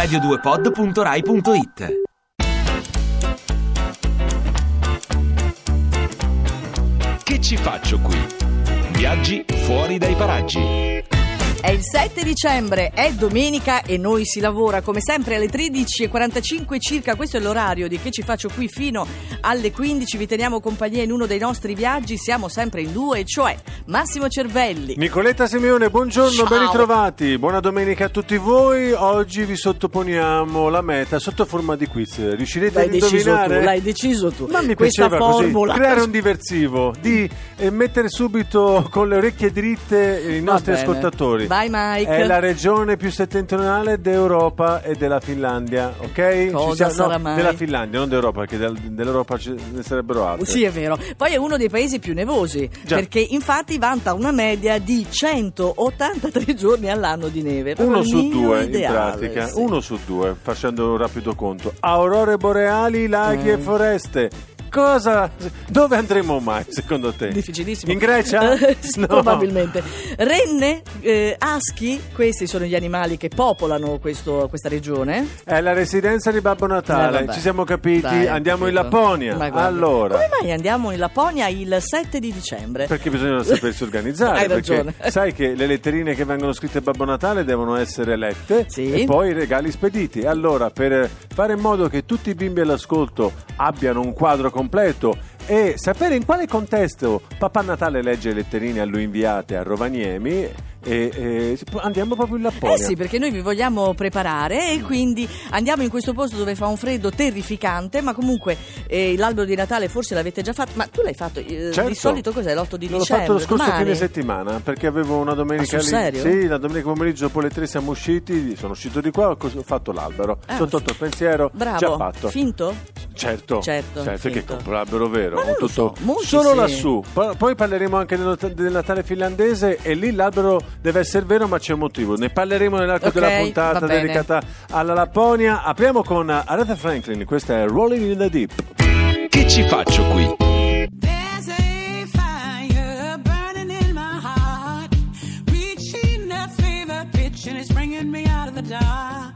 radio2pod.rai.it. Che ci faccio qui? Viaggi fuori dai paraggi. È il 7 dicembre, è domenica e noi si lavora come sempre alle 13:45 circa. Questo è l'orario di Che ci faccio qui fino alle 15. Vi teniamo compagnia in uno dei nostri viaggi. Siamo sempre in due, cioè Massimo Cervelli, Nicoletta Simeone, buongiorno, Ciao. ben ritrovati. Buona domenica a tutti voi. Oggi vi sottoponiamo la meta sotto forma di quiz. Riuscirete ad indovinare? L'hai deciso tu. Ma mi questa piaceva formula così, creare un diversivo, di mettere subito con le orecchie dritte i nostri ascoltatori. Vai Mike. È la regione più settentrionale d'Europa e della Finlandia, ok? Cosa sarà mai? Della Finlandia, non d'Europa, perché dell'Europa ce ne sarebbero altre. Sì, è vero. Poi è uno dei paesi più nevosi, Già. perché infatti vanta una media di 183 giorni all'anno di neve. Proprio Uno il su Nilo due ideale, in pratica, sì. uno su due, facendo un rapido conto. Aurore boreali, laghi e foreste. Dove andremo mai secondo te? Difficilissimo. In Grecia? Sì, No. probabilmente. Renne, aschi, questi sono gli animali che popolano questa regione. È la residenza di Babbo Natale, Vabbè. ci siamo capiti, Dai, andiamo in capito. Lapponia. Ma guarda, Allora, come mai andiamo in Lapponia il 7 di dicembre? perché bisogna sapersi organizzare. Hai perché ragione. sai che le letterine che vengono scritte a Babbo Natale devono essere lette Sì. e poi i regali spediti. Allora, per fare in modo che tutti i bimbi all'ascolto abbiano un quadro completo e sapere in quale contesto Papà Natale legge le letterine a lui inviate a Rovaniemi, andiamo proprio in Lapponia. Sì, perché noi vi vogliamo preparare e quindi andiamo in questo posto dove fa un freddo terrificante, ma comunque l'albero di Natale forse l'avete già fatto, ma tu l'hai fatto, Certo. di solito cos'è, l'8 di L'ho dicembre? fatto lo scorso domani? fine settimana perché avevo una domenica Ma sul lì. serio? Sì, la domenica pomeriggio dopo le 3 siamo usciti, sono uscito di qua, ho fatto l'albero. Sotto il pensiero, Bravo. già fatto. Finto? Certo, che finto. compro l'albero vero. Ma non lo so, molti solo sì. lassù. Poi parleremo anche del Natale finlandese e lì l'albero deve essere vero, ma c'è un motivo. Ne parleremo nell'arco Ok, della puntata va bene. dedicata alla Lapponia. Apriamo con Aretha Franklin, questa è Rolling in the Deep. Che ci faccio qui? There's a fire burning in my heart, reaching a fever pitch and it's bringing me out of the dark.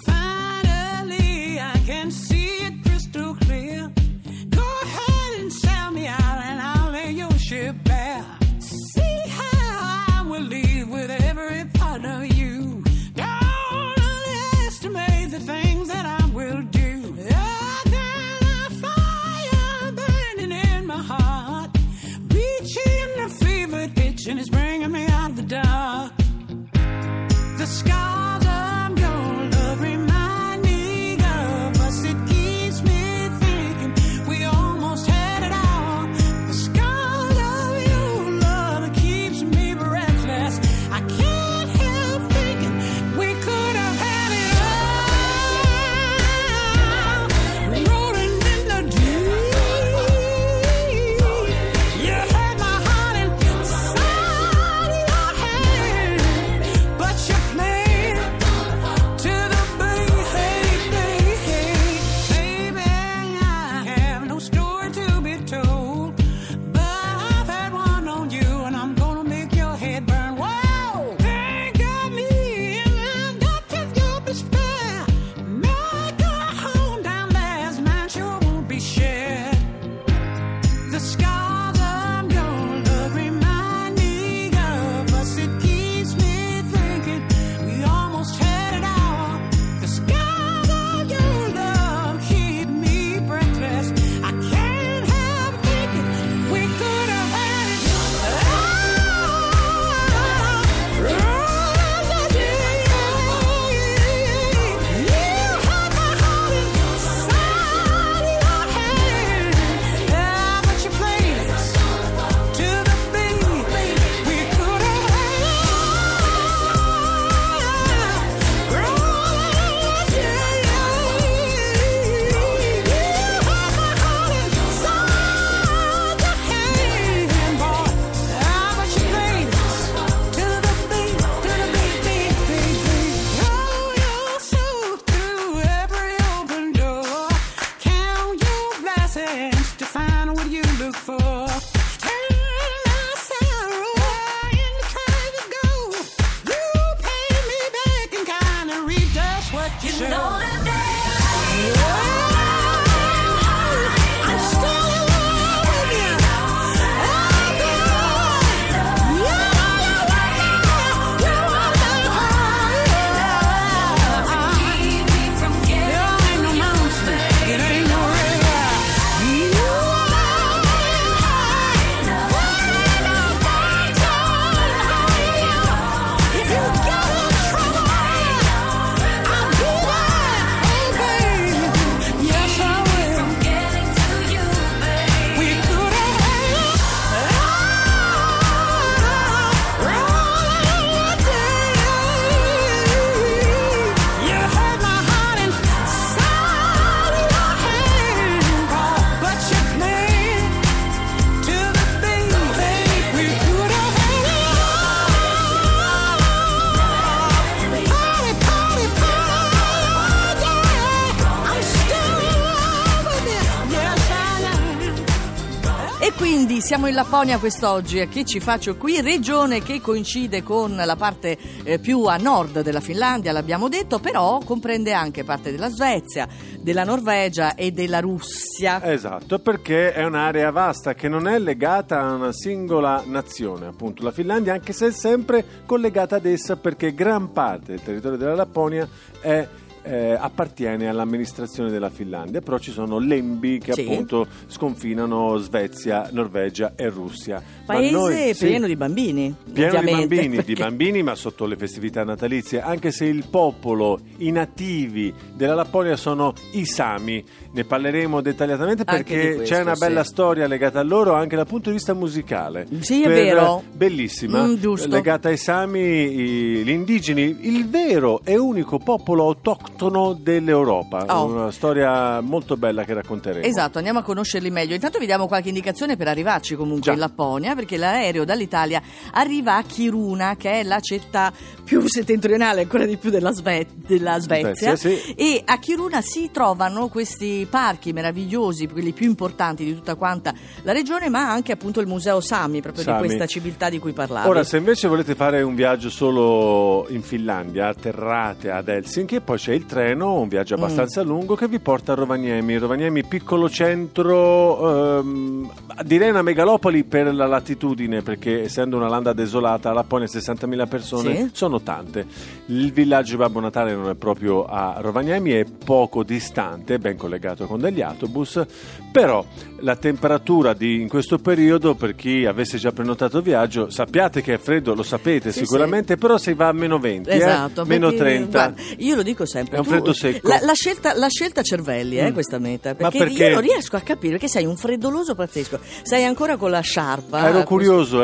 Finally, I can see it crystal clear. Go ahead and sell me out and I'll lay your ship bare. See how I will leave with every part of you. Don't underestimate the things that I will do. There's a fire burning in my heart, reaching a fever pitch and it's bringing me out of the dark. The scars I'm gonna remind me of us. It keeps me thinking we almost had it all. The scars of your love keeps me breathless. I can't help thinking we could have had it all. Rolling in the deep. You had my heart inside. shell. I'm still in love with you. Quindi siamo in Lapponia quest'oggi, e che ci faccio qui, regione che coincide con la parte più a nord della Finlandia, l'abbiamo detto, però comprende anche parte della Svezia, della Norvegia e della Russia. Esatto, perché è un'area vasta che non è legata a una singola nazione, appunto la Finlandia, anche se è sempre collegata ad essa, perché gran parte del territorio della Lapponia appartiene all'amministrazione della Finlandia, però ci sono lembi che appunto sconfinano Svezia, Norvegia e Russia. Paese pieno di bambini, pieno di bambini, ma sotto le festività natalizie, anche se il popolo, i nativi della Lapponia sono i Sami. Ne parleremo dettagliatamente perché questo, c'è una bella storia legata a loro anche dal punto di vista musicale. Sì, è vero. Bellissima, giusto. Legata ai Sami, gli indigeni, il vero e unico popolo autoctono dell'Europa. Una storia molto bella che racconteremo. Esatto, andiamo a conoscerli meglio. Intanto vi diamo qualche indicazione per arrivarci comunque in Lapponia, perché l'aereo dall'Italia arriva a Kiruna, che è la città più settentrionale ancora di più della Svezia, sì. E a Kiruna si trovano questi parchi meravigliosi, quelli più importanti di tutta quanta la regione, ma anche appunto il museo Sami, proprio di questa civiltà di cui parlavi. Ora, se invece volete fare un viaggio solo in Finlandia, atterrate ad Helsinki e poi c'è il treno, un viaggio abbastanza lungo che vi porta a Rovaniemi, piccolo centro, direi una megalopoli per la latitudine, perché essendo una landa desolata, la Lapponia 60.000 persone sono tante. Il villaggio di Babbo Natale non è proprio a Rovaniemi, è poco distante, ben collegato con degli autobus, però la temperatura in questo periodo, per chi avesse già prenotato viaggio, sappiate che è freddo, lo sapete sicuramente, però si va a meno 20, meno 30. Guarda, io lo dico sempre, è un freddo secco. La scelta cervelli, questa meta, perché io non riesco a capire, perché sei un freddoloso pazzesco, sei ancora con la sciarpa. Ero curioso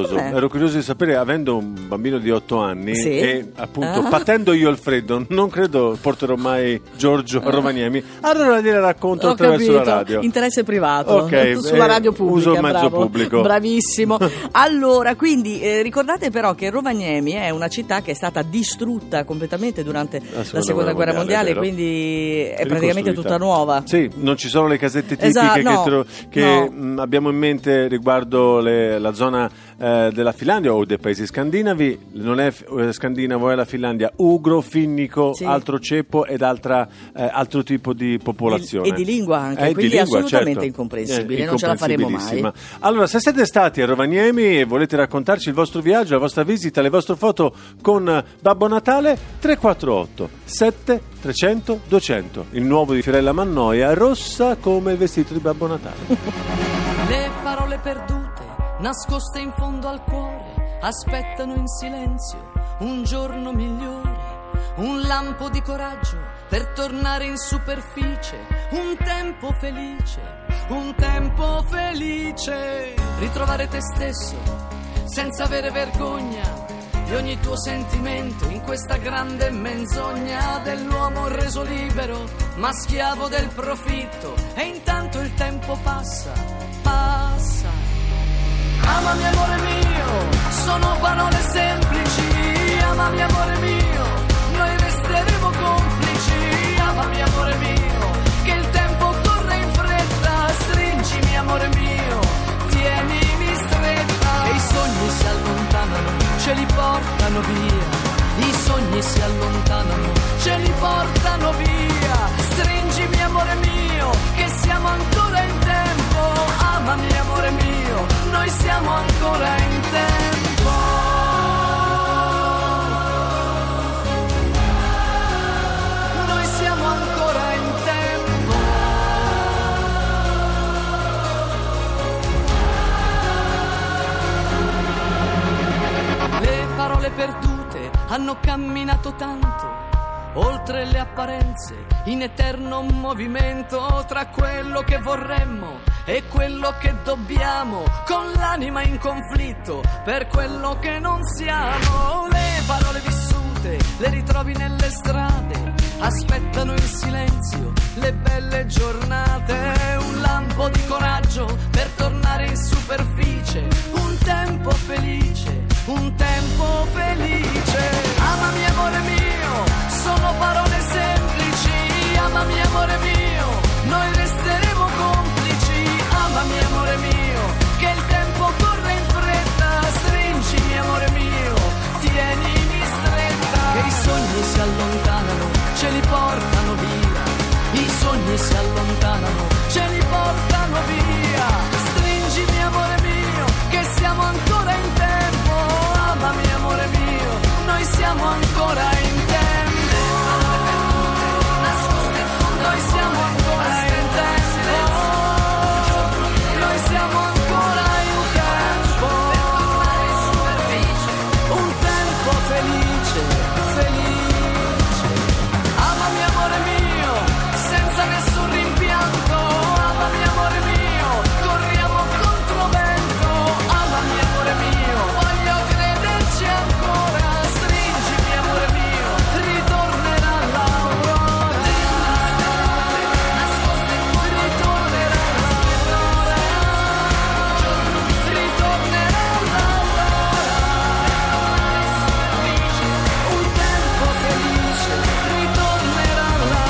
di sapere, avendo un bambino di 8 anni e appunto patendo io il freddo, non credo porterò mai Giorgio a Rovaniemi, allora gliela racconto attraverso la radio. Interesse privato, sulla radio pubblica. Uso il mezzo pubblico. Bravissimo. Allora, quindi ricordate però che Rovaniemi è una città che è stata distrutta completamente durante la seconda guerra mondiale, quindi è praticamente tutta nuova. Sì, non ci sono le casette tipiche che abbiamo in mente riguardo la zona della Finlandia o dei paesi scandinavi. Non è scandinavo, è la Finlandia ugro-finnico, altro ceppo ed altro tipo di popolazione e di lingua anche, quindi assolutamente incomprensibile, non ce la faremo mai. Allora, se siete stati a Rovaniemi e volete raccontarci il vostro viaggio, la vostra visita, le vostre foto con Babbo Natale, 348 7 300 200, il nuovo di Fiorella Mannoia, rossa come il vestito di Babbo Natale. Le parole perdute, nascoste in fondo al cuore, aspettano in silenzio un giorno migliore, un lampo di coraggio per tornare in superficie, un tempo felice, ritrovare te stesso senza avere vergogna di ogni tuo sentimento in questa grande menzogna dell'uomo reso libero ma schiavo del profitto, e intanto il tempo passa. Amami amore mio, sono parole semplici, amami amore mio, noi resteremo complici, amami amore mio, che il tempo corre in fretta, stringimi amore mio, tienimi stretta, e i sogni si allontanano, ce li portano via, i sogni si allontanano, ce li portano via. Stringimi amore mio, che siamo ancora in tempo. Amami amore mio, noi siamo ancora in tempo. Noi siamo ancora in tempo. Le parole perdute hanno camminato tanto, oltre le apparenze, in eterno movimento tra quello che vorremmo e quello che dobbiamo, con l'anima in conflitto per quello che non siamo. Le parole vissute le ritrovi nelle strade, aspettano in silenzio le belle giornate, un lampo di coraggio per tornare in superficie, un tempo felice, un tempo felice. Amami amore mio, sono parole semplici. Amami amore mio, noi resteremo complici. Amami amore mio, che il tempo corre in fretta. Stringimi amore mio, tienimi stretta. Che i sogni si allontanano, ce li portano via. I sogni si allontanano, ce li portano via. Stringimi amore mio, che siamo ancora in tempo. Amami amore mio, noi siamo ancora in tempo. Noi siamo ancora in tempo. Noi siamo ancora in tempo. Un tempo felice, felice. Amami amore mio, senza nessun rimpianto. Amami amore mio, corriamo contro vento. Amami amore mio, voglio crederci ancora. Stringimi amore mio, ritornerà l'aurora. Ritornerà l'aurora. Ritornerà l'aurora. Un tempo felice, ritornerà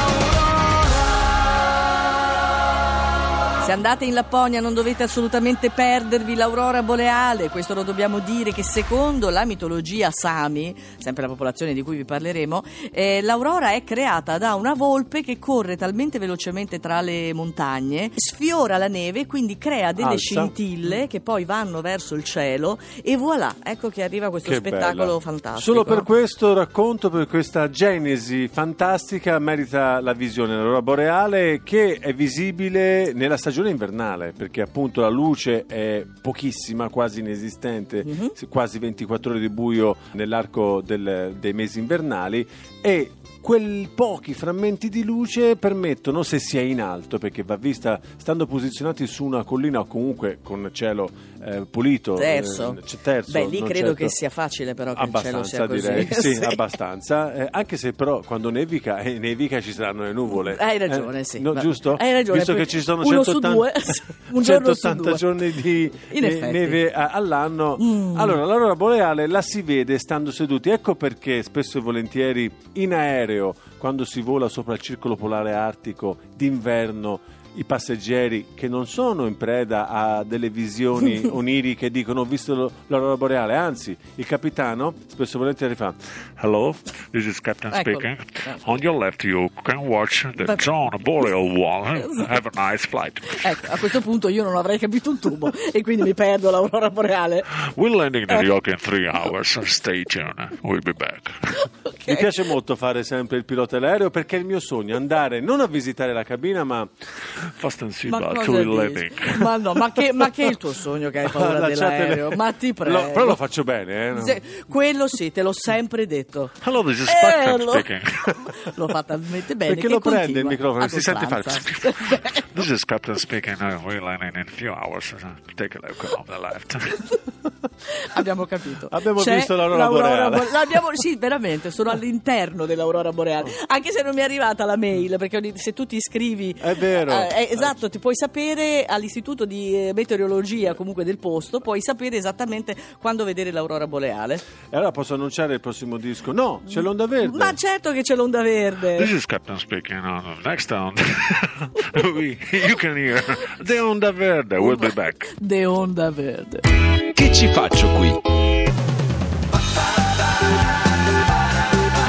l'aurora. Se andate in Lapponia non dovete assolutamente perdervi l'aurora boreale. Questo lo dobbiamo dire, che secondo la mitologia Sami, sempre la popolazione di cui vi parleremo, l'aurora è creata da una volpe che corre talmente velocemente tra le montagne, sfiora la neve, quindi crea delle Alza. scintille che poi vanno verso il cielo e voilà, ecco che arriva questo Che spettacolo bella. fantastico. Solo per questo racconto, per questa genesi fantastica, merita la visione dell'aurora boreale, che è visibile nella stagione invernale, perché appunto la luce è pochissima, quasi inesistente, quasi 24 ore di buio nell'arco dei mesi invernali, e quei pochi frammenti di luce permettono, se si è in alto, perché va vista stando posizionati su una collina o comunque con cielo pulito, terzo. terzo, Beh, lì non credo certo. che sia facile però che il cielo sia così. Direi. Sì, abbastanza, anche se però quando nevica ci saranno le nuvole. Hai ragione, sì. No, Va- giusto? Hai ragione. Visto che ci sono uno su 180, due, un giorno su 180 due. giorni di In effetti. neve all'anno. Allora, l'aurora boreale la si vede stando seduti. Ecco perché spesso e volentieri in aereo, quando si vola sopra il circolo polare artico d'inverno, i passeggeri che non sono in preda a delle visioni oniriche dicono ho visto l'aurora boreale, anzi il capitano spesso e volentieri fa Hello, this is Captain Eccolo. speaking. On your left you can watch the John Boreal Wall. Have a nice flight. Ecco, a questo punto io non avrei capito un tubo e quindi mi perdo l'aurora boreale. We're landing in New York in 3 hours. Stay tuned. We'll be back. Ok. mi piace molto fare sempre il pilota dell'aereo, perché è il mio sogno andare non a visitare la cabina ma Fasten Ma seatbelt cosa to dici? landing. Ma no, ma che è il tuo sogno che hai paura lasciatele- dell'aereo? Ma ti prego. Però lo faccio bene, no? Quello sì, te l'ho sempre detto. Hello, this is Captain lo, speaking. lo fa talmente bene Perché che lo prende continua il microfono, ad si sente fare. oltranza. This is Captain speaking. We're landing in a few hours. Take a look on the left. Abbiamo capito. Abbiamo C'è visto l'aurora boreale. Sì, veramente, sono all'interno dell'aurora boreale. Anche se non mi è arrivata la mail, perché se tu ti iscrivi... È vero. Esatto, ti puoi sapere all'istituto di meteorologia comunque del posto, puoi sapere esattamente quando vedere l'aurora boreale. E allora posso annunciare il prossimo disco? No, c'è l'onda verde. Ma certo che c'è l'onda verde. This is Captain speaking. Next on, you can hear the Onda Verde. We'll be back. De onda verde. Che ci faccio qui?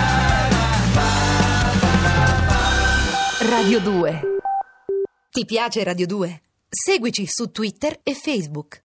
Radio 2. Ti piace Radio 2? Seguici su Twitter e Facebook.